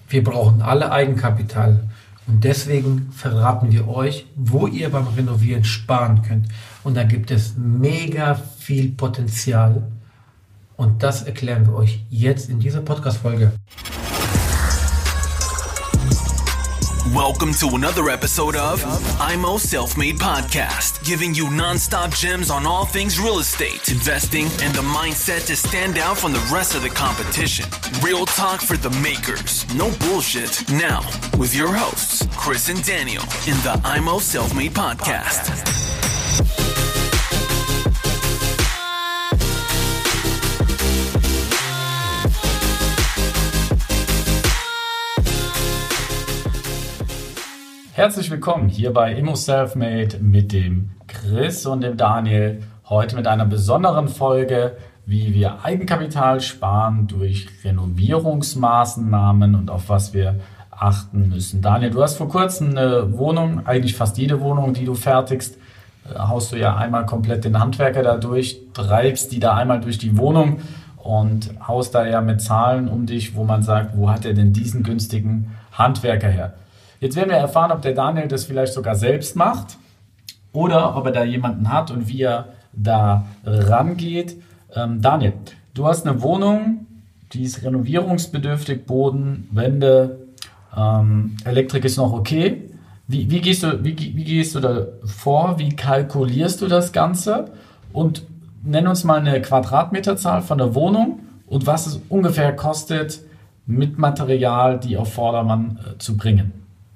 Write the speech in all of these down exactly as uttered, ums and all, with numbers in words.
Wir brauchen alle Eigenkapital und deswegen verraten wir euch, wo ihr beim Renovieren sparen könnt. Und da gibt es mega viel Potenzial und das erklären wir euch jetzt in dieser Podcast-Folge. Welcome to another episode of I M O Self-Made Podcast, giving you non-stop gems on all things real estate, investing, and the mindset to stand out from the rest of the competition. Real talk for the makers, no bullshit. Now, with your hosts, Chris and Daniel, in the I M O Self-Made Podcast. Herzlich willkommen hier bei I M O Self-Made mit dem Chris und dem Daniel. Heute mit einer besonderen Folge, wie wir Eigenkapital sparen durch Renovierungsmaßnahmen und auf was wir achten müssen. Daniel, du hast vor kurzem eine Wohnung, eigentlich fast jede Wohnung, die du fertigst, haust du ja einmal komplett den Handwerker da durch, treibst die da einmal durch die Wohnung und haust da ja mit Zahlen um dich, wo man sagt, wo hat er denn diesen günstigen Handwerker her? Jetzt werden wir erfahren, ob der Daniel das vielleicht sogar selbst macht oder ob er da jemanden hat und wie er da rangeht. Ähm, Daniel, du hast eine Wohnung, die ist renovierungsbedürftig, Boden, Wände, ähm, Elektrik ist noch okay. Wie, wie, gehst du, wie, wie gehst du da vor? Wie kalkulierst du das Ganze? Und nenn uns mal eine Quadratmeterzahl von der Wohnung und was es ungefähr kostet, mit Material die auf Vordermann äh, zu bringen.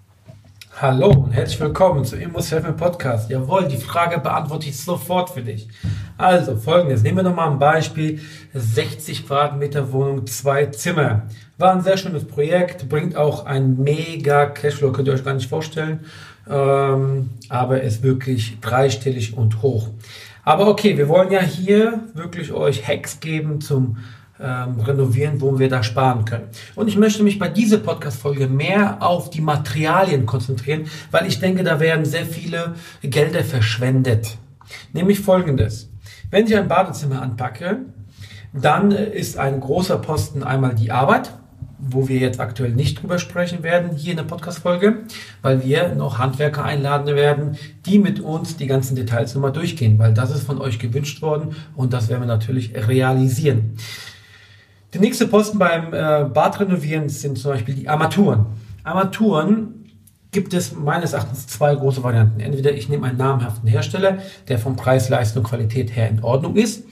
Hallo und herzlich willkommen zu I M O Self-Made Podcast. Jawohl, die Frage beantworte ich sofort für dich. Also folgendes, nehmen wir nochmal ein Beispiel, sechzig Quadratmeter Wohnung, zwei Zimmer. War ein sehr schönes Projekt, bringt auch ein mega Cashflow, könnt ihr euch gar nicht vorstellen, ähm, aber ist wirklich dreistellig und hoch. Aber okay, wir wollen ja hier wirklich euch Hacks geben zum Ähm, renovieren, wo wir da sparen können. Und ich möchte mich bei dieser Podcast-Folge mehr auf die Materialien konzentrieren, weil ich denke, da werden sehr viele Gelder verschwendet. Nämlich folgendes. Wenn ich ein Badezimmer anpacke, dann ist ein großer Posten einmal die Arbeit, wo wir jetzt aktuell nicht drüber sprechen werden, hier in der Podcast-Folge, weil wir noch Handwerker einladen werden, die mit uns die ganzen Details nochmal durchgehen, weil das ist von euch gewünscht worden und das werden wir natürlich realisieren. Der nächste Posten beim äh, Badrenovieren sind zum Beispiel die Armaturen. Armaturen gibt es meines Erachtens zwei große Varianten. Entweder ich nehme einen namhaften Hersteller, der vom Preis, Leistung, Qualität her in Ordnung ist,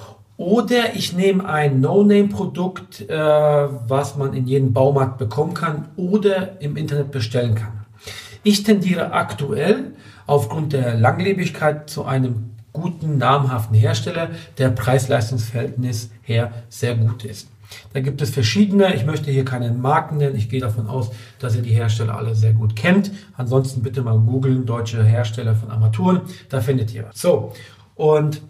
oder ich nehme ein No-Name-Produkt, äh, was man in jedem Baumarkt bekommen kann oder im Internet bestellen kann. Ich tendiere aktuell aufgrund der Langlebigkeit zu einem guten, namhaften Hersteller, der Preis-Leistungs-Verhältnis her sehr gut ist. Da gibt es verschiedene, ich möchte hier keine Marken nennen, ich gehe davon aus, dass ihr die Hersteller alle sehr gut kennt. Ansonsten bitte mal googeln, deutsche Hersteller von Armaturen, da findet ihr was. So, und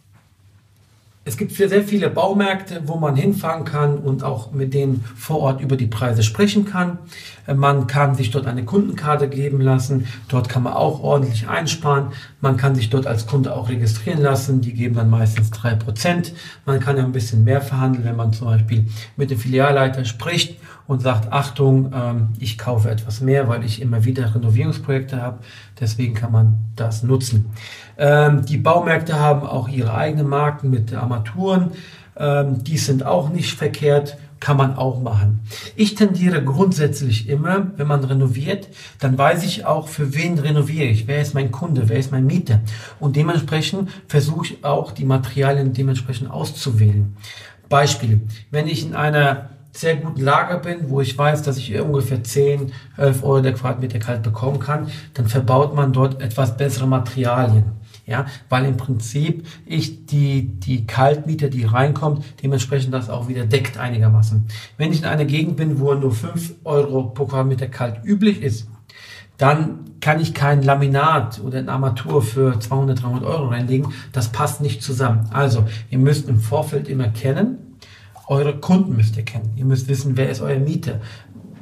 es gibt sehr viele Baumärkte, wo man hinfahren kann und auch mit denen vor Ort über die Preise sprechen kann. Man kann sich dort eine Kundenkarte geben lassen. Dort kann man auch ordentlich einsparen. Man kann sich dort als Kunde auch registrieren lassen. Die geben dann meistens drei Prozent. Man kann ja ein bisschen mehr verhandeln, wenn man zum Beispiel mit dem Filialleiter spricht und sagt, Achtung, ähm, ich kaufe etwas mehr, weil ich immer wieder Renovierungsprojekte habe. Deswegen kann man das nutzen. Ähm, die Baumärkte haben auch ihre eigenen Marken mit Armaturen. Ähm, die sind auch nicht verkehrt, kann man auch machen. Ich tendiere grundsätzlich immer, wenn man renoviert, dann weiß ich auch, für wen renoviere ich. Wer ist mein Kunde, wer ist mein Mieter? Und dementsprechend versuche ich auch, die Materialien dementsprechend auszuwählen. Beispiel, wenn ich in einer sehr guten Lager bin, wo ich weiß, dass ich ungefähr zehn, elf Euro der Quadratmeter kalt bekommen kann, dann verbaut man dort etwas bessere Materialien. Ja, weil im Prinzip ich die, die Kaltmieter, die reinkommt, dementsprechend das auch wieder deckt einigermaßen. Wenn ich in einer Gegend bin, wo nur fünf Euro pro Quadratmeter kalt üblich ist, dann kann ich kein Laminat oder eine Armatur für zweihundert, dreihundert Euro reinlegen. Das passt nicht zusammen. Also, ihr müsst im Vorfeld immer kennen, eure Kunden müsst ihr kennen. Ihr müsst wissen, wer ist euer Mieter.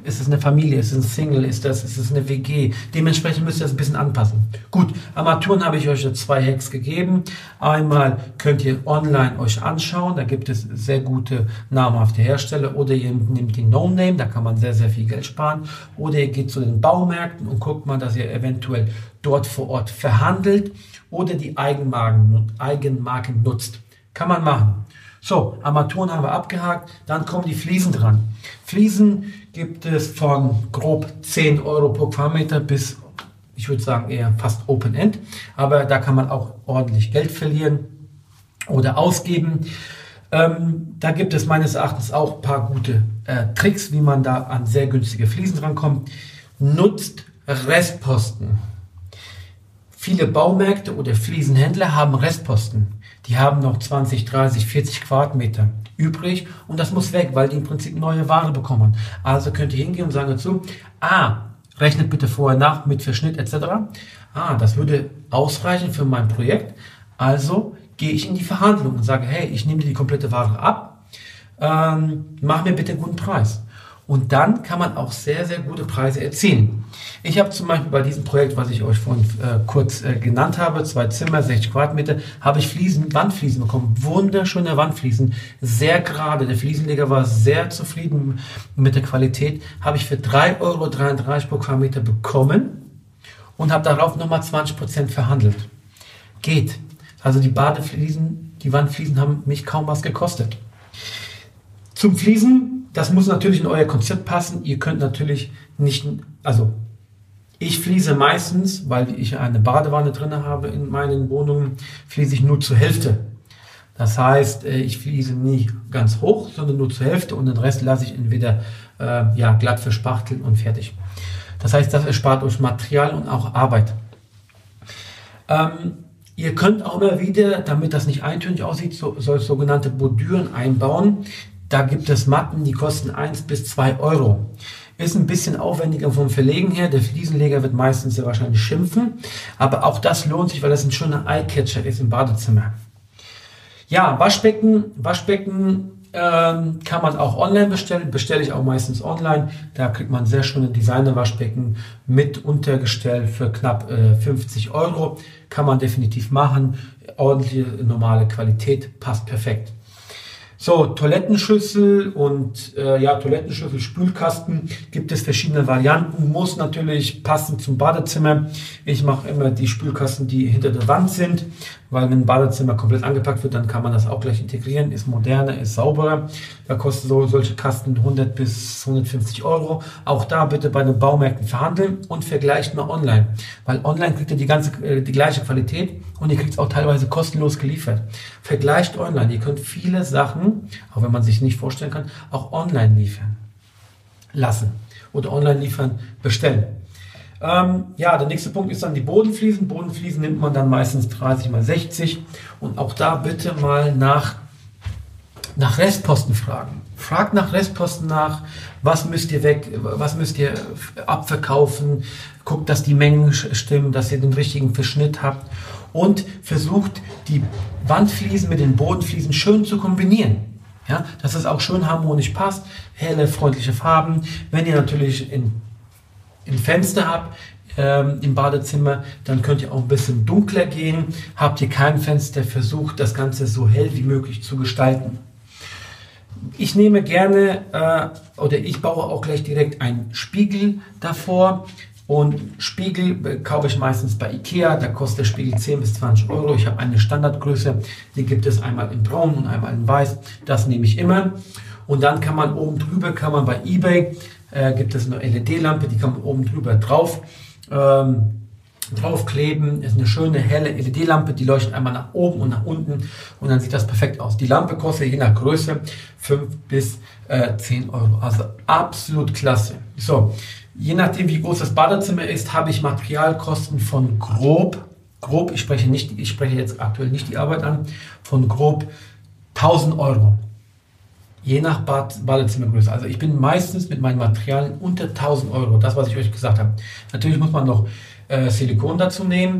Ist es eine Familie? Ist es ein Single? Ist, das, ist es eine W G? Dementsprechend müsst ihr das ein bisschen anpassen. Gut, Armaturen habe ich euch zwei Hacks gegeben. Einmal könnt ihr online euch anschauen, da gibt es sehr gute namhafte Hersteller, oder ihr nehmt die No-Name, da kann man sehr, sehr viel Geld sparen, oder ihr geht zu den Baumärkten und guckt mal, dass ihr eventuell dort vor Ort verhandelt oder die Eigenmarken, Eigenmarken nutzt. Kann man machen. So, Armaturen haben wir abgehakt, dann kommen die Fliesen dran. Fliesen gibt es von grob zehn Euro pro Quadratmeter bis, ich würde sagen, eher fast Open-End, aber da kann man auch ordentlich Geld verlieren oder ausgeben. Ähm, da gibt es meines Erachtens auch ein paar gute äh, Tricks, wie man da an sehr günstige Fliesen rankommt. Nutzt Restposten. Viele Baumärkte oder Fliesenhändler haben Restposten. Die haben noch zwanzig, dreißig, vierzig Quadratmeter übrig und das muss weg, weil die im Prinzip neue Ware bekommen. Also könnt ihr hingehen und sagen dazu, ah, rechnet bitte vorher nach mit Verschnitt et cetera. Ah, das würde ausreichen für mein Projekt. Also gehe ich in die Verhandlung und sage, hey, ich nehme dir die komplette Ware ab, ähm, mach mir bitte einen guten Preis. Und dann kann man auch sehr, sehr gute Preise erzielen. Ich habe zum Beispiel bei diesem Projekt, was ich euch vorhin äh, kurz äh, genannt habe, zwei Zimmer, sechzig Quadratmeter, habe ich Fliesen, Wandfliesen bekommen. Wunderschöne Wandfliesen, sehr gerade. Der Fliesenleger war sehr zufrieden mit der Qualität. Habe ich für drei Euro dreiunddreißig pro Quadratmeter bekommen und habe darauf nochmal zwanzig Prozent verhandelt. Geht. Also die Badefliesen, die Wandfliesen haben mich kaum was gekostet. Zum Fliesen, das muss natürlich in euer Konzept passen. Ihr könnt natürlich nicht, also ich fließe meistens, weil ich eine Badewanne drin habe in meinen Wohnungen, fließe ich nur zur Hälfte. Das heißt, ich fließe nicht ganz hoch, sondern nur zur Hälfte und den Rest lasse ich entweder äh, ja, glatt verspachteln und fertig. Das heißt, das erspart euch Material und auch Arbeit. Ähm, ihr könnt auch immer wieder, damit das nicht eintönig aussieht, so, so sogenannte Bordüren einbauen. Da gibt es Matten, die kosten eins bis zwei Euro. Ist ein bisschen aufwendiger vom Verlegen her. Der Fliesenleger wird meistens sehr wahrscheinlich schimpfen. Aber auch das lohnt sich, weil das ein schöner Eyecatcher ist im Badezimmer. Ja, Waschbecken. Waschbecken ähm, kann man auch online bestellen. Bestelle ich auch meistens online. Da kriegt man sehr schöne Designer-Waschbecken mit Untergestell für knapp äh, fünfzig Euro. Kann man definitiv machen. Ordentliche, normale Qualität. Passt perfekt. So, Toilettenschüssel und äh, ja, Toilettenschüssel, Spülkasten gibt es verschiedene Varianten, muss natürlich passen zum Badezimmer. Ich mache immer die Spülkasten, die hinter der Wand sind, weil wenn ein Badezimmer komplett angepackt wird, dann kann man das auch gleich integrieren, ist moderner, ist sauberer. Da kosten so solche Kasten hundert bis hundertfünfzig Euro. Auch da bitte bei den Baumärkten verhandeln und vergleicht mal online, weil online kriegt ihr die ganze äh, die gleiche Qualität und ihr kriegt es auch teilweise kostenlos geliefert. Vergleicht online, ihr könnt viele Sachen, auch wenn man sich nicht vorstellen kann, auch online liefern lassen oder online liefern bestellen. Ähm, ja, der nächste Punkt ist dann die Bodenfliesen. Bodenfliesen nimmt man dann meistens dreißig mal sechzig und auch da bitte mal nach, nach Restposten fragen. Fragt nach Restposten nach, was müsst ihr weg, was müsst ihr abverkaufen, guckt, dass die Mengen stimmen, dass ihr den richtigen Verschnitt habt und versucht die Wandfliesen mit den Bodenfliesen schön zu kombinieren. Ja, dass es auch schön harmonisch passt, helle, freundliche Farben. Wenn ihr natürlich in, in Fenster habt, ähm, im Badezimmer, dann könnt ihr auch ein bisschen dunkler gehen. Habt ihr kein Fenster, versucht das Ganze so hell wie möglich zu gestalten. Ich nehme gerne, äh, oder ich baue auch gleich direkt einen Spiegel davor. Und Spiegel kaufe ich meistens bei Ikea, da kostet der Spiegel zehn bis zwanzig Euro. Ich habe eine Standardgröße, die gibt es einmal in braun und einmal in weiß. Das nehme ich immer. Und dann kann man oben drüber, kann man bei eBay, äh, gibt es eine L E D-Lampe, die kann man oben drüber drauf, ähm, draufkleben. Ist eine schöne helle L E D-Lampe, die leuchtet einmal nach oben und nach unten und dann sieht das perfekt aus. Die Lampe kostet je nach Größe fünf bis zehn Euro, also absolut klasse. So. Je nachdem, wie groß das Badezimmer ist, habe ich Materialkosten von grob, grob, ich spreche nicht, ich spreche jetzt aktuell nicht die Arbeit an, von grob tausend Euro. Je nach Bad, Badezimmergröße. Also ich bin meistens mit meinen Materialien unter tausend Euro, das, was ich euch gesagt habe. Natürlich muss man noch äh, Silikon dazu nehmen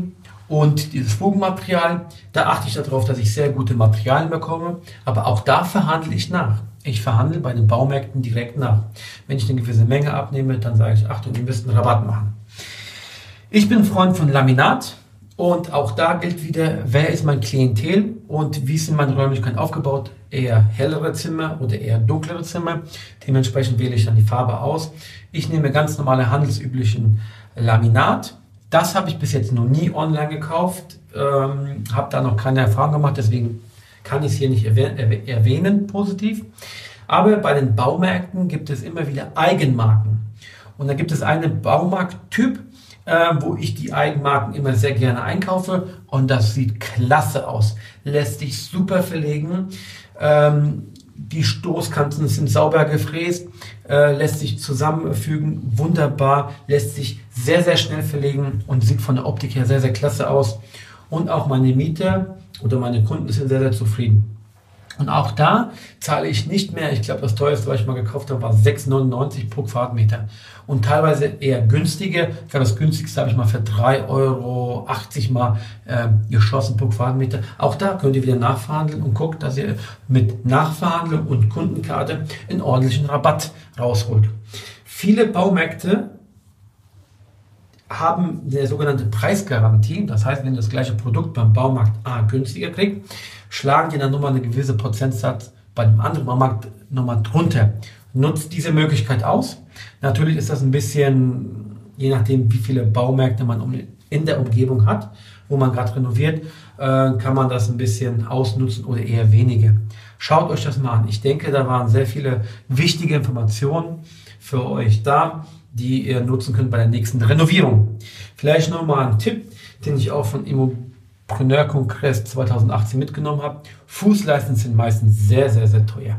Und dieses Fugenmaterial, da achte ich darauf, dass ich sehr gute Materialien bekomme, aber auch da verhandle ich nach. Ich verhandle bei den Baumärkten direkt nach. Wenn ich eine gewisse Menge abnehme, dann sage ich, Achtung, ihr müsst einen Rabatt machen. Ich bin Freund von Laminat und auch da gilt wieder, wer ist mein Klientel und wie sind meine Räumlichkeiten aufgebaut? Eher hellere Zimmer oder eher dunklere Zimmer. Dementsprechend wähle ich dann die Farbe aus. Ich nehme ganz normale handelsüblichen Laminat. Das habe ich bis jetzt noch nie online gekauft, ähm, habe da noch keine Erfahrung gemacht, deswegen kann ich es hier nicht erwäh- erwähnen, positiv. Aber bei den Baumärkten gibt es immer wieder Eigenmarken. Und da gibt es einen Baumarkttyp, äh, wo ich die Eigenmarken immer sehr gerne einkaufe. Und das sieht klasse aus, lässt sich super verlegen. Ähm, die Stoßkanten sind sauber gefräst, äh, lässt sich zusammenfügen, wunderbar, lässt sich sehr, sehr schnell verlegen und sieht von der Optik her sehr, sehr klasse aus. Und auch meine Mieter oder meine Kunden sind sehr, sehr zufrieden. Und auch da zahle ich nicht mehr, ich glaube, das teuerste, was ich mal gekauft habe, war sechs neunundneunzig pro Quadratmeter. Und teilweise eher günstige. Ich glaube, das günstigste habe ich mal für drei Euro achtzig mal äh, geschossen pro Quadratmeter. Auch da könnt ihr wieder nachverhandeln und guckt, dass ihr mit Nachverhandlung und Kundenkarte einen ordentlichen Rabatt rausholt. Viele Baumärkte haben eine sogenannte Preisgarantie. Das heißt, wenn ihr das gleiche Produkt beim Baumarkt A günstiger kriegt, schlagen die dann nochmal eine gewisse Prozentsatz bei dem anderen Baumarkt nochmal drunter. Nutzt diese Möglichkeit aus. Natürlich ist das ein bisschen, je nachdem wie viele Baumärkte man in der Umgebung hat, wo man gerade renoviert, kann man das ein bisschen ausnutzen oder eher weniger. Schaut euch das mal an. Ich denke, da waren sehr viele wichtige Informationen für euch da, die ihr nutzen könnt bei der nächsten Renovierung. Vielleicht nochmal ein Tipp, den ich auch von Immopreneur-Kongress zweitausendachtzehn mitgenommen habe. Fußleisten sind meistens sehr, sehr, sehr teuer.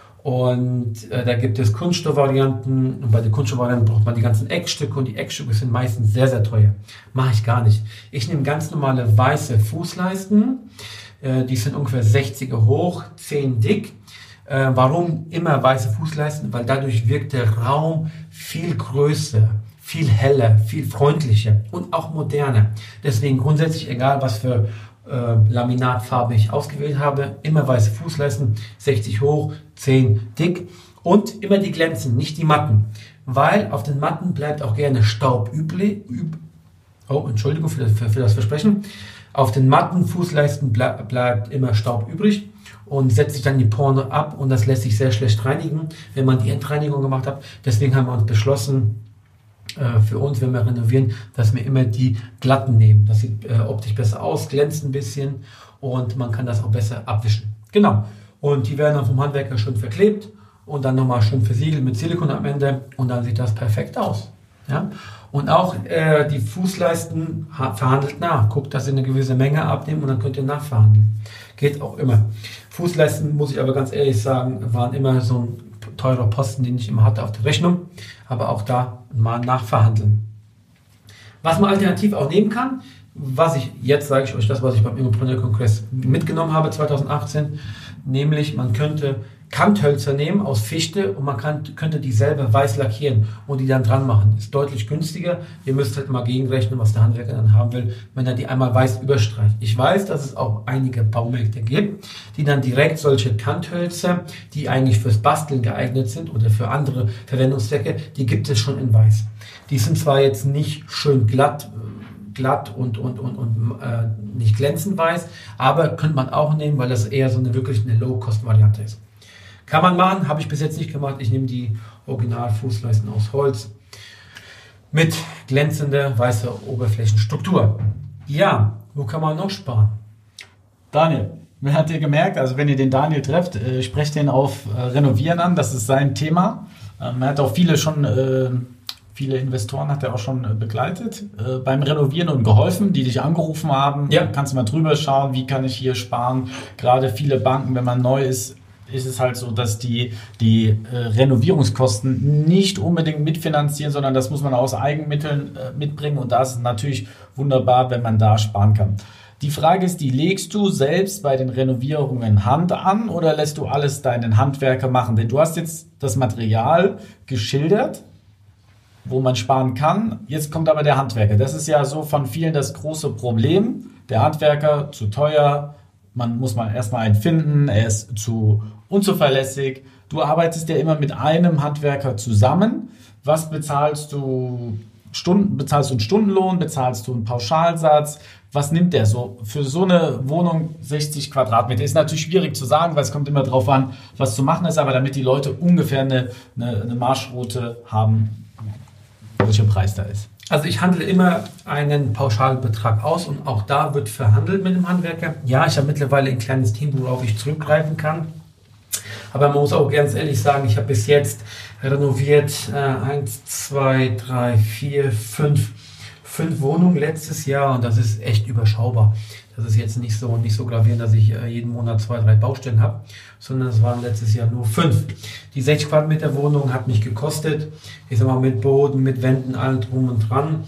Und äh, da gibt es Kunststoffvarianten und bei den Kunststoffvarianten braucht man die ganzen Eckstücke und die Eckstücke sind meistens sehr, sehr teuer. Mache ich gar nicht. Ich nehme ganz normale weiße Fußleisten, äh, die sind ungefähr sechziger hoch, zehn dick. Äh, warum immer weiße Fußleisten? Weil dadurch wirkt der Raum viel größer, viel heller, viel freundlicher und auch moderner. Deswegen grundsätzlich, egal was für äh, Laminatfarbe ich ausgewählt habe, immer weiße Fußleisten, sechzig hoch, zehn dick und immer die glänzen, nicht die matten. Weil auf den Matten bleibt auch gerne Staub übrig. Oh, Entschuldigung für das, für, für das Versprechen. Auf den matten Fußleisten ble- bleibt immer Staub übrig und setzt sich dann die Poren ab und das lässt sich sehr schlecht reinigen, wenn man die Endreinigung gemacht hat. Deswegen haben wir uns beschlossen, äh, für uns, wenn wir renovieren, dass wir immer die glatten nehmen. Das sieht äh, optisch besser aus, glänzt ein bisschen und man kann das auch besser abwischen. Genau. Und die werden dann vom Handwerker schön verklebt und dann nochmal schön versiegelt mit Silikon am Ende und dann sieht das perfekt aus. Ja? Und auch äh, die Fußleisten ha- verhandelt nach. Guckt, dass ihr eine gewisse Menge abnehmt und dann könnt ihr nachverhandeln. Geht auch immer. Fußleisten, muss ich aber ganz ehrlich sagen, waren immer so ein teurer Posten, den ich immer hatte auf der Rechnung. Aber auch da mal nachverhandeln. Was man alternativ auch nehmen kann, was ich, jetzt sage ich euch das, was ich beim Immopreneur-Kongress mitgenommen habe zweitausendachtzehn, nämlich man könnte Kanthölzer nehmen aus Fichte und man kann, könnte die selber weiß lackieren und die dann dran machen. Ist deutlich günstiger. Ihr müsst halt mal gegenrechnen, was der Handwerker dann haben will, wenn er die einmal weiß überstreicht. Ich weiß, dass es auch einige Baumärkte gibt, die dann direkt solche Kanthölzer, die eigentlich fürs Basteln geeignet sind oder für andere Verwendungszwecke, die gibt es schon in weiß. Die sind zwar jetzt nicht schön glatt, glatt und, und, und, und äh, nicht glänzend weiß, aber könnte man auch nehmen, weil das eher so eine wirklich eine Low-Cost-Variante ist. Kann man machen, habe ich bis jetzt nicht gemacht. Ich nehme die Original-Fußleisten aus Holz mit glänzender weißer Oberflächenstruktur. Ja, wo kann man noch sparen? Daniel, wer hat ihr gemerkt, also wenn ihr den Daniel trefft, äh, sprecht den auf äh, Renovieren an, das ist sein Thema. Ähm, er hat auch viele schon, äh, viele Investoren hat er auch schon äh, begleitet äh, beim Renovieren und geholfen, die dich angerufen haben. Ja. Kannst du mal drüber schauen, wie kann ich hier sparen? Gerade viele Banken, wenn man neu ist, ist es halt so, dass die, die äh, Renovierungskosten nicht unbedingt mitfinanzieren, sondern das muss man aus Eigenmitteln äh, mitbringen und das ist natürlich wunderbar, wenn man da sparen kann. Die Frage ist, die legst du selbst bei den Renovierungen Hand an oder lässt du alles deinen Handwerker machen? Denn du hast jetzt das Material geschildert, wo man sparen kann. Jetzt kommt aber der Handwerker. Das ist ja so von vielen das große Problem. Der Handwerker zu teuer, man muss mal erstmal einen finden, er ist zu unzuverlässig. Du arbeitest ja immer mit einem Handwerker zusammen. Was bezahlst du? Stunden, bezahlst du einen Stundenlohn, bezahlst du einen Pauschalsatz? Was nimmt der so? Für so eine Wohnung sechzig Quadratmeter ist natürlich schwierig zu sagen, weil es kommt immer drauf an, was zu machen ist, aber damit die Leute ungefähr eine, eine, eine Marschroute haben, welcher Preis da ist. Also ich handle immer einen Pauschalbetrag aus und auch da wird verhandelt mit dem Handwerker. Ja, ich habe mittlerweile ein kleines Team, worauf ich zurückgreifen kann. Aber man muss auch ganz ehrlich sagen, ich habe bis jetzt renoviert äh, eins, zwei, drei, vier, fünf, fünf Wohnungen letztes Jahr und das ist echt überschaubar. Das ist jetzt nicht so, nicht so gravierend, dass ich äh, jeden Monat zwei, drei Baustellen habe, sondern es waren letztes Jahr nur fünf. Die sechzig Quadratmeter Wohnung hat mich gekostet, ich sag mal mit Boden, mit Wänden, allem drum und dran.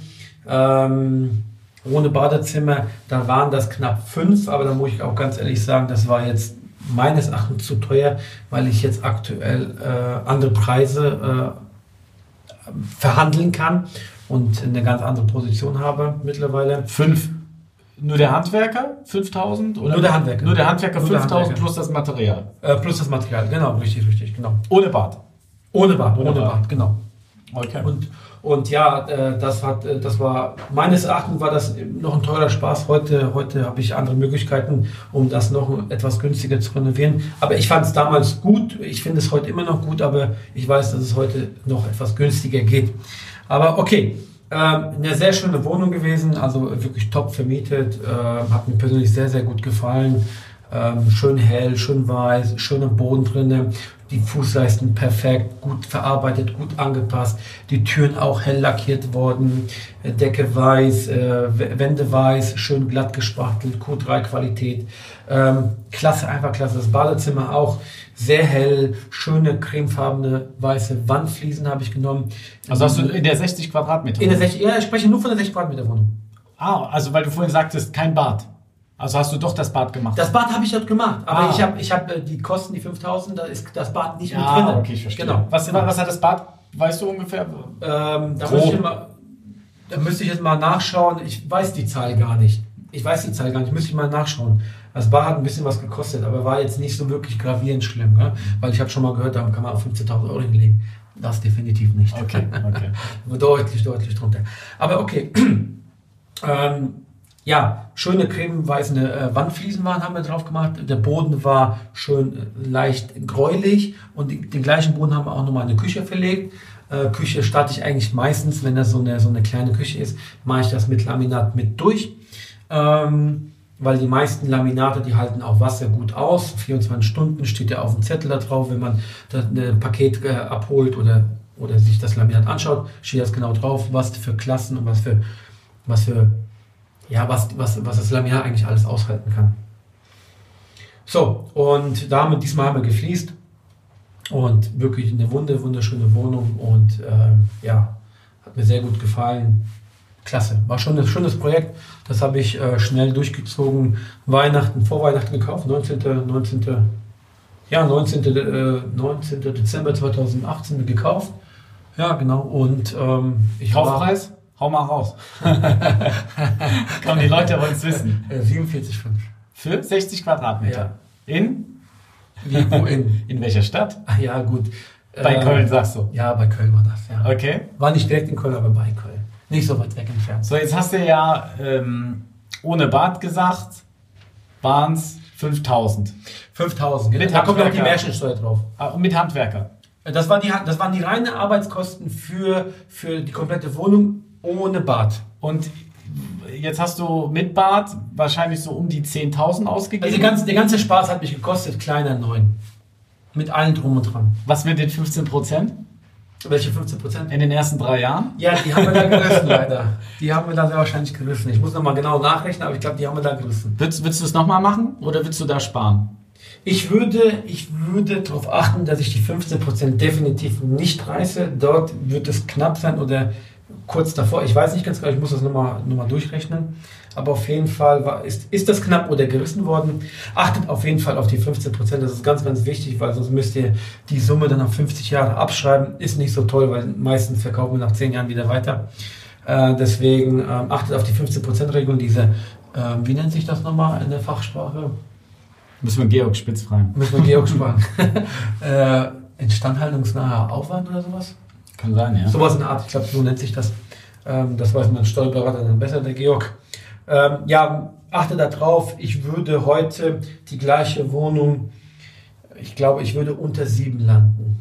Ähm, ohne Badezimmer, da waren das knapp fünf, aber da muss ich auch ganz ehrlich sagen, das war jetzt meines Erachtens zu teuer, weil ich jetzt aktuell äh, andere Preise äh, verhandeln kann und eine ganz andere Position habe mittlerweile. Fünf. Nur der Handwerker fünftausend? Oder? Nur der Handwerker. Nur der Handwerker Nur der fünftausend Handwerker. plus das Material. Äh, plus das Material, genau, richtig, richtig, genau. Ohne Bad. Ohne Bad, ohne, Ohne Bad. Bad, genau. Okay. Und, und ja, äh, das hat, äh, das war, meines Erachtens war das noch ein teurer Spaß. Heute, heute habe ich andere Möglichkeiten, um das noch etwas günstiger zu renovieren. Aber ich fand es damals gut. Ich finde es heute immer noch gut, aber ich weiß, dass es heute noch etwas günstiger geht. Aber okay. Ähm, eine sehr schöne Wohnung gewesen, also wirklich top vermietet, äh, hat mir persönlich sehr, sehr gut gefallen. Ähm, schön hell, schön weiß, schöner Boden drinne, die Fußleisten perfekt, gut verarbeitet, gut angepasst, die Türen auch hell lackiert worden, äh, Decke weiß, äh, Wände weiß, schön glatt gespachtelt, Q drei Qualität, ähm, klasse, einfach klasse. Das Badezimmer auch sehr hell, schöne cremefarbene weiße Wandfliesen habe ich genommen. Also hast du in der sechzig Quadratmeter? In der sechzig, ja, ich spreche nur von der sechzig Quadratmeter Wohnung. Ah, also weil du vorhin sagtest, kein Bad. Also hast du doch das Bad gemacht? Das Bad habe ich dort gemacht, aber Ah. ich habe ich hab, äh, die Kosten, die fünftausend, da ist das Bad nicht ja, mit drin. okay, ich verstehe. Genau. Was, was hat das Bad, weißt du ungefähr? Ähm, da, Grob. müsste ich mal, da müsste ich jetzt mal nachschauen. Ich weiß die Zahl gar nicht. Ich weiß die Zahl gar nicht, müsste ich mal nachschauen. Das Bad hat ein bisschen was gekostet, aber war jetzt nicht so wirklich gravierend schlimm, ne? Weil ich habe schon mal gehört, da kann man auch fünfzehntausend Euro hinlegen. Das definitiv nicht. Okay, okay. deutlich, deutlich drunter. Aber okay. ähm, ja, schöne cremeweiße äh, Wandfliesen waren, haben wir drauf gemacht. Der Boden war schön äh, leicht gräulich und die, den gleichen Boden haben wir auch nochmal in eine Küche verlegt. Äh, Küche starte ich eigentlich meistens, wenn das so eine, so eine kleine Küche ist, mache ich das mit Laminat mit durch. Ähm, weil die meisten Laminate, die halten auch Wasser gut aus. vierundzwanzig Stunden steht ja auf dem Zettel da drauf, wenn man das ein Paket äh, abholt oder, oder sich das Laminat anschaut, steht das genau drauf, was für Klassen und was für, was für, ja, was, was, was das Laminat eigentlich alles aushalten kann. So, und damit, diesmal haben wir gefliest und wirklich eine wunder, wunderschöne Wohnung und ähm, ja, hat mir sehr gut gefallen. Klasse, war schon ein schönes Projekt, das habe ich äh, schnell durchgezogen, Weihnachten, vor Weihnachten gekauft, neunzehnten neunzehnten Ja, neunzehnten Äh, neunzehnten Dezember zweitausendachtzehn gekauft, ja genau, und ähm, ich Kaufpreis? War, hau mal raus. Komm, die Leute wollen es wissen. Äh, siebenundvierzig Komma fünf. Für sechzig Quadratmeter? Ja. In? Wie, wo in? In welcher Stadt? Ach, ja, gut. Bei äh, Köln, sagst du? Ja, bei Köln war das, ja. Okay. War nicht direkt in Köln, aber bei Köln. Nicht so weit weg entfernt. So, jetzt hast du ja ähm, ohne Bad gesagt, waren es fünftausend. fünftausend, genau. Mit Da kommt noch die Handwerker. Mehrwertsteuer drauf. Ah, und mit Handwerker. Das, war die, das waren die reinen Arbeitskosten für, für die komplette Wohnung ohne Bad. Und jetzt hast du mit Bad wahrscheinlich so um die zehntausend ausgegeben. Also der ganze, der ganze Spaß hat mich gekostet, kleiner neun. Mit allen drum und dran. Was mit den fünfzehn Prozent? Welche fünfzehn Prozent? In den ersten drei Jahren? Ja, die haben wir da gerissen, leider. Die haben wir da sehr wahrscheinlich gerissen. Ich muss nochmal genau nachrechnen, aber ich glaube, die haben wir da gerissen. Willst, willst du es nochmal machen oder willst du da sparen? Ich würde, ich würde darauf achten, dass ich die fünfzehn Prozent definitiv nicht reiße. Dort wird es knapp sein oder kurz davor. Ich weiß nicht ganz genau, ich muss das nochmal noch mal durchrechnen. Aber auf jeden Fall war, ist, ist das knapp oder gerissen worden. Achtet auf jeden Fall auf die fünfzehn Prozent. Das ist ganz, ganz wichtig, weil sonst müsst ihr die Summe dann auf fünfzig Jahre abschreiben. Ist nicht so toll, weil meistens verkaufen wir nach zehn Jahren wieder weiter. Äh, deswegen ähm, achtet auf die fünfzehn Prozent Regelung. Diese, ähm, wie nennt sich das nochmal in der Fachsprache? Müssen wir Georg Spitz fragen. Müssen wir Georg fragen. äh, Instandhaltungsnaher Aufwand oder sowas? Kann sein, ja. Sowas in der Art, ich glaube, so nennt sich das. Ähm, das weiß mein Steuerberater dann besser, der Georg. Ähm, ja, achte da drauf. Ich würde heute die gleiche Wohnung, ich glaube, ich würde unter sieben landen.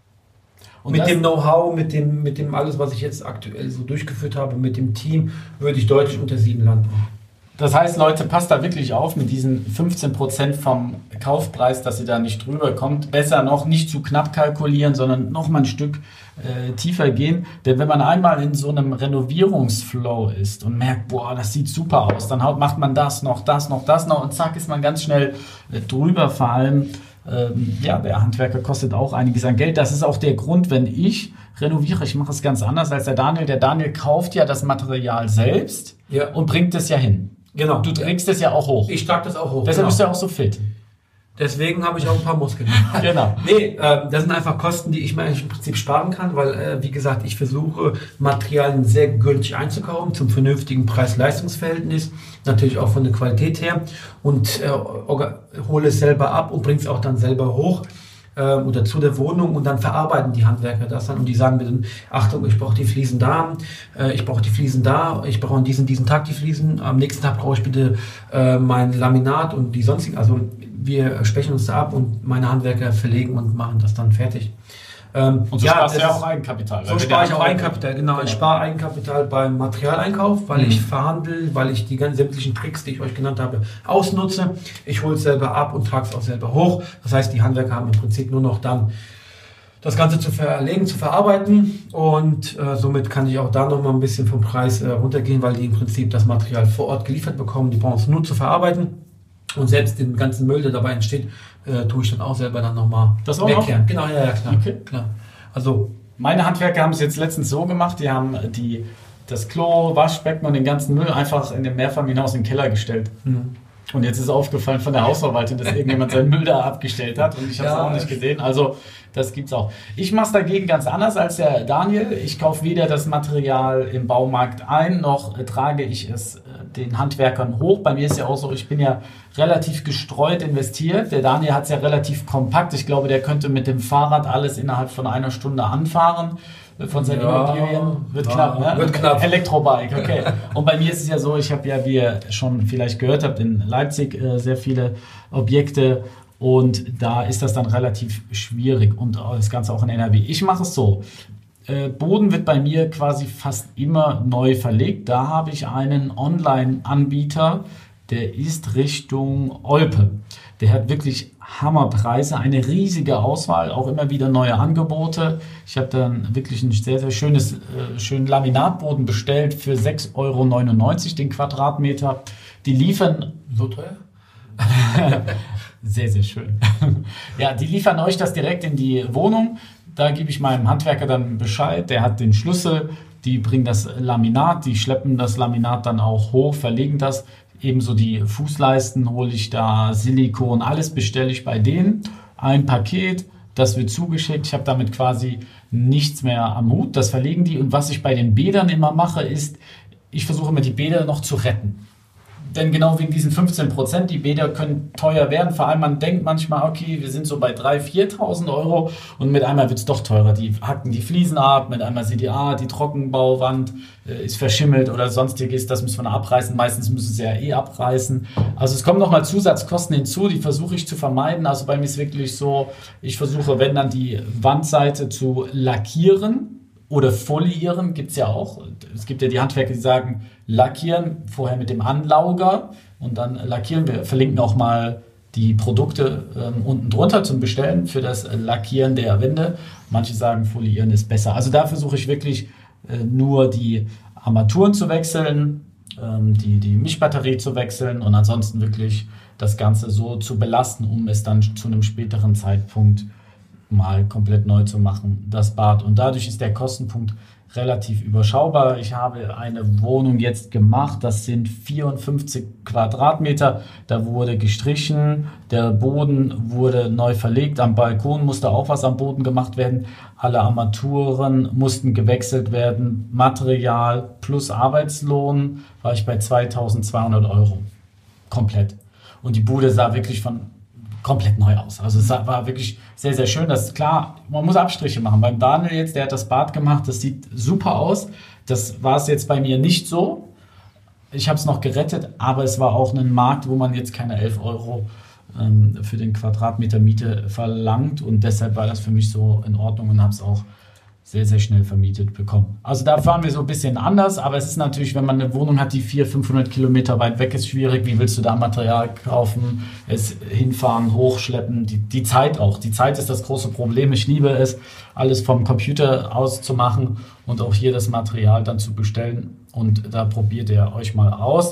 Und mit dem Know-how, mit dem, mit dem alles, was ich jetzt aktuell so durchgeführt habe, mit dem Team, würde ich deutlich unter sieben landen. Das heißt, Leute, passt da wirklich auf mit diesen fünfzehn Prozent vom Kaufpreis, dass ihr da nicht drüber kommt. Besser noch nicht zu knapp kalkulieren, sondern noch mal ein Stück äh, tiefer gehen. Denn wenn man einmal in so einem Renovierungsflow ist und merkt, boah, das sieht super aus, dann macht man das noch, das noch, das noch und zack ist man ganz schnell äh, drüber. Vor allem, ähm, ja, der Handwerker kostet auch einiges an Geld. Das ist auch der Grund, wenn ich renoviere, ich mache es ganz anders als der Daniel. Der Daniel kauft ja das Material selbst ja. und bringt es ja hin. Genau. Du trägst es ja auch hoch. Ich trage das auch hoch. Deshalb genau. bist du ja auch so fit. Deswegen habe ich auch ein paar Muskeln. Genau. Nee, äh, das sind einfach Kosten, die ich mir eigentlich im Prinzip sparen kann, weil, äh, wie gesagt, ich versuche, Materialien sehr günstig einzukaufen, zum vernünftigen Preis-Leistungs-Verhältnis, natürlich auch von der Qualität her und äh, hole es selber ab und bringe es auch dann selber hoch äh, oder zu der Wohnung und dann verarbeiten die Handwerker das dann und die sagen mir dann, Achtung, ich brauche die Fliesen da, äh, ich brauche die Fliesen da, ich brauche an diesem, diesen Tag die Fliesen, am nächsten Tag brauche ich bitte äh, mein Laminat und die sonstigen, also wir sprechen uns da ab und meine Handwerker verlegen und machen das dann fertig. Ähm, und so ja, sparst du ja auch Eigenkapital. So spare ich auch Eigenkapital, genau. genau. Ich spare Eigenkapital beim Materialeinkauf, weil mhm. ich verhandle, weil ich die ganzen sämtlichen Tricks, die ich euch genannt habe, ausnutze. Ich hole es selber ab und trage es auch selber hoch. Das heißt, die Handwerker haben im Prinzip nur noch dann das Ganze zu verlegen, zu verarbeiten und äh, somit kann ich auch da noch mal ein bisschen vom Preis äh, runtergehen, weil die im Prinzip das Material vor Ort geliefert bekommen. Die brauchen es nur zu verarbeiten. Und selbst den ganzen Müll, der dabei entsteht, äh, tue ich dann auch selber dann nochmal wegkehren. Genau, ja, ja, klar. Okay. klar. Also, meine Handwerker haben es jetzt letztens so gemacht, die haben die, das Klo, Waschbecken und den ganzen Müll einfach in dem Mehrfamilienhaus in den Keller gestellt. Mhm. Und jetzt ist aufgefallen von der Hausverwaltung, dass irgendjemand seinen Müll da abgestellt hat und ich habe es ja, auch nicht gesehen. Also das gibt's auch. Ich mache es dagegen ganz anders als der Daniel. Ich kaufe weder das Material im Baumarkt ein, noch äh, trage ich es äh, den Handwerkern hoch. Bei mir ist ja auch so, ich bin ja relativ gestreut investiert. Der Daniel hat es ja relativ kompakt. Ich glaube, der könnte mit dem Fahrrad alles innerhalb von einer Stunde anfahren. Von seinen ja, Immobilien. Wird ja, knapp, ne? Wird knapp. Elektrobike, okay. Und bei mir ist es ja so, ich habe ja, wie ihr schon vielleicht gehört habt, in Leipzig äh, sehr viele Objekte und da ist das dann relativ schwierig und das Ganze auch in N R W. Ich mache es so, äh, Boden wird bei mir quasi fast immer neu verlegt. Da habe ich einen Online-Anbieter, der ist Richtung Olpe. Der hat wirklich Hammerpreise, eine riesige Auswahl, auch immer wieder neue Angebote. Ich habe dann wirklich ein sehr, sehr schönes, äh, schönen Laminatboden bestellt für sechs Euro neunundneunzig den Quadratmeter. Die liefern... So teuer? Sehr, sehr schön. Ja, die liefern euch das direkt in die Wohnung. Da gebe ich meinem Handwerker dann Bescheid. Der hat den Schlüssel, die bringen das Laminat, die schleppen das Laminat dann auch hoch, verlegen das. Ebenso die Fußleisten hole ich da, Silikon, alles bestelle ich bei denen. Ein Paket, das wird zugeschickt. Ich habe damit quasi nichts mehr am Hut. Das verlegen die. Und was ich bei den Bädern immer mache, ist, ich versuche immer die Bäder noch zu retten. Denn genau wegen diesen fünfzehn Prozent, die Bäder können teuer werden. Vor allem, man denkt manchmal, okay, wir sind so bei dreitausend, viertausend Euro und mit einmal wird es doch teurer. Die hacken die Fliesen ab, mit einmal sieht die, ah, die Trockenbauwand äh, ist verschimmelt oder sonstiges, das müssen wir noch abreißen. Meistens müssen sie ja eh abreißen. Also es kommen nochmal Zusatzkosten hinzu, die versuche ich zu vermeiden. Also bei mir ist wirklich so, ich versuche, wenn dann die Wandseite zu lackieren, oder foliieren gibt es ja auch. Es gibt ja die Handwerker, die sagen, lackieren, vorher mit dem Anlauger und dann lackieren. Wir verlinken auch mal die Produkte ähm, unten drunter zum Bestellen für das Lackieren der Wände. Manche sagen, foliieren ist besser. Also da versuche ich wirklich äh, nur die Armaturen zu wechseln, ähm, die, die Mischbatterie zu wechseln und ansonsten wirklich das Ganze so zu belasten, um es dann zu einem späteren Zeitpunkt mal komplett neu zu machen, das Bad. Und dadurch ist der Kostenpunkt relativ überschaubar. Ich habe eine Wohnung jetzt gemacht, das sind vierundfünfzig Quadratmeter, da wurde gestrichen, der Boden wurde neu verlegt, am Balkon musste auch was am Boden gemacht werden, alle Armaturen mussten gewechselt werden, Material plus Arbeitslohn war ich bei zweitausendzweihundert Euro, komplett. Und die Bude sah wirklich von komplett neu aus. Also es war wirklich sehr, sehr schön. Das ist klar, man muss Abstriche machen. Beim Daniel jetzt, der hat das Bad gemacht, das sieht super aus. Das war es jetzt bei mir nicht so. Ich habe es noch gerettet, aber es war auch ein Markt, wo man jetzt keine elf Euro ähm, für den Quadratmeter Miete verlangt und deshalb war das für mich so in Ordnung und habe es auch sehr, sehr schnell vermietet bekommen. Also da fahren wir so ein bisschen anders, aber es ist natürlich, wenn man eine Wohnung hat, die vierhundert, fünfhundert Kilometer weit weg ist, schwierig. Wie willst du da Material kaufen, es hinfahren, hochschleppen, die, die Zeit auch. Die Zeit ist das große Problem. Ich liebe es, alles vom Computer aus zu machen und auch hier das Material dann zu bestellen und da probiert ihr euch mal aus.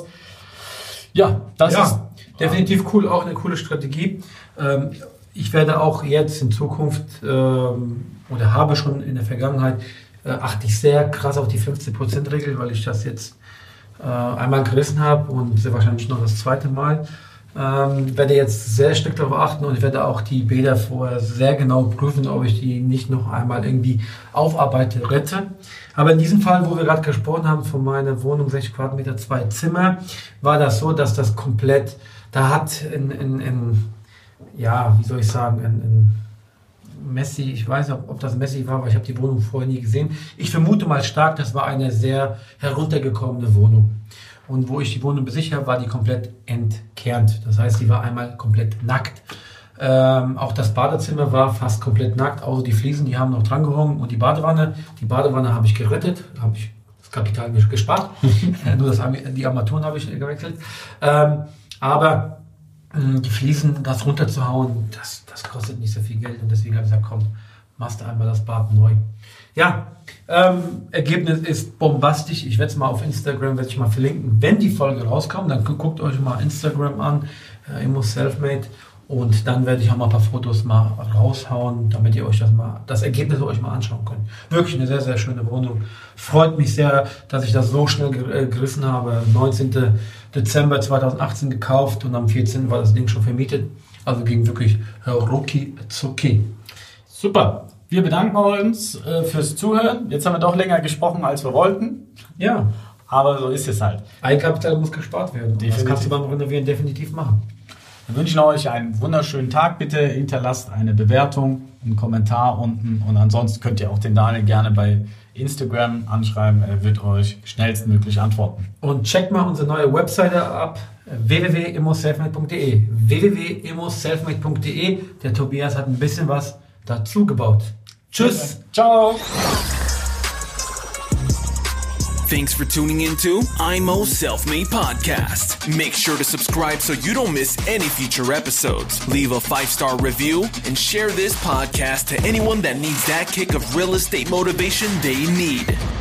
Ja, das ja, ist definitiv cool, auch eine coole Strategie. Ähm, ich werde auch jetzt in Zukunft ähm, oder habe schon in der Vergangenheit, äh, achte ich sehr krass auf die fünfzehn Prozent Regel, weil ich das jetzt äh, einmal gerissen habe und sehr wahrscheinlich noch das zweite Mal. Ähm, werde jetzt sehr strikt darauf achten und ich werde auch die Bäder vorher sehr genau prüfen, ob ich die nicht noch einmal irgendwie aufarbeite, rette. Aber in diesem Fall, wo wir gerade gesprochen haben, von meiner Wohnung sechzig Quadratmeter, zwei Zimmer, war das so, dass das komplett, da hat in, in, in ja, wie soll ich sagen, in, in Messi, ich weiß nicht, ob das Messi war, aber ich habe die Wohnung vorher nie gesehen. Ich vermute mal stark, das war eine sehr heruntergekommene Wohnung. Und wo ich die Wohnung besichert habe, war die komplett entkernt. Das heißt, die war einmal komplett nackt. Ähm, auch das Badezimmer war fast komplett nackt, außer die Fliesen, die haben noch dran gehangen und die Badewanne. Die Badewanne habe ich gerettet, habe ich das Kapital gespart. Nur das, die Armaturen habe ich gewechselt. Ähm, aber die Fliesen, das runterzuhauen, das, das kostet nicht so viel Geld und deswegen habe ich gesagt, komm, machst du einmal das Bad neu. Ja, ähm, Ergebnis ist bombastisch. Ich werde es mal auf Instagram, werde ich mal verlinken. Wenn die Folge rauskommt, dann guckt euch mal Instagram an, äh, Immo Selfmade, und dann werde ich auch mal ein paar Fotos mal raushauen, damit ihr euch das mal, das Ergebnis euch mal anschauen könnt. Wirklich eine sehr, sehr schöne Wohnung. Freut mich sehr, dass ich das so schnell ger- äh, gerissen habe. neunzehnten Dezember zweitausendachtzehn gekauft und am vierzehnten war das Ding schon vermietet. Also ging wirklich rucki zucki. super. Wir bedanken uns äh, fürs Zuhören. Jetzt haben wir doch länger gesprochen, als wir wollten. Ja. Aber so ist es halt. Eigenkapital muss gespart werden. Definitiv. Das kannst du beim Renovieren definitiv machen. Wir wünschen euch einen wunderschönen Tag. Bitte hinterlasst eine Bewertung, einen Kommentar unten. Und ansonsten könnt ihr auch den Daniel gerne bei Instagram anschreiben. Er wird euch schnellstmöglich antworten. Und checkt mal unsere neue Webseite ab. w w w punkt immo selfmade punkt d e w w w punkt immo selfmade punkt d e. Der Tobias hat ein bisschen was dazu gebaut. Tschüss. Ciao. Thanks for tuning into Immo Self-Made Podcast. Make sure to subscribe so you don't miss any future episodes. Leave a five-star review and share this podcast to anyone that needs that kick of real estate motivation they need.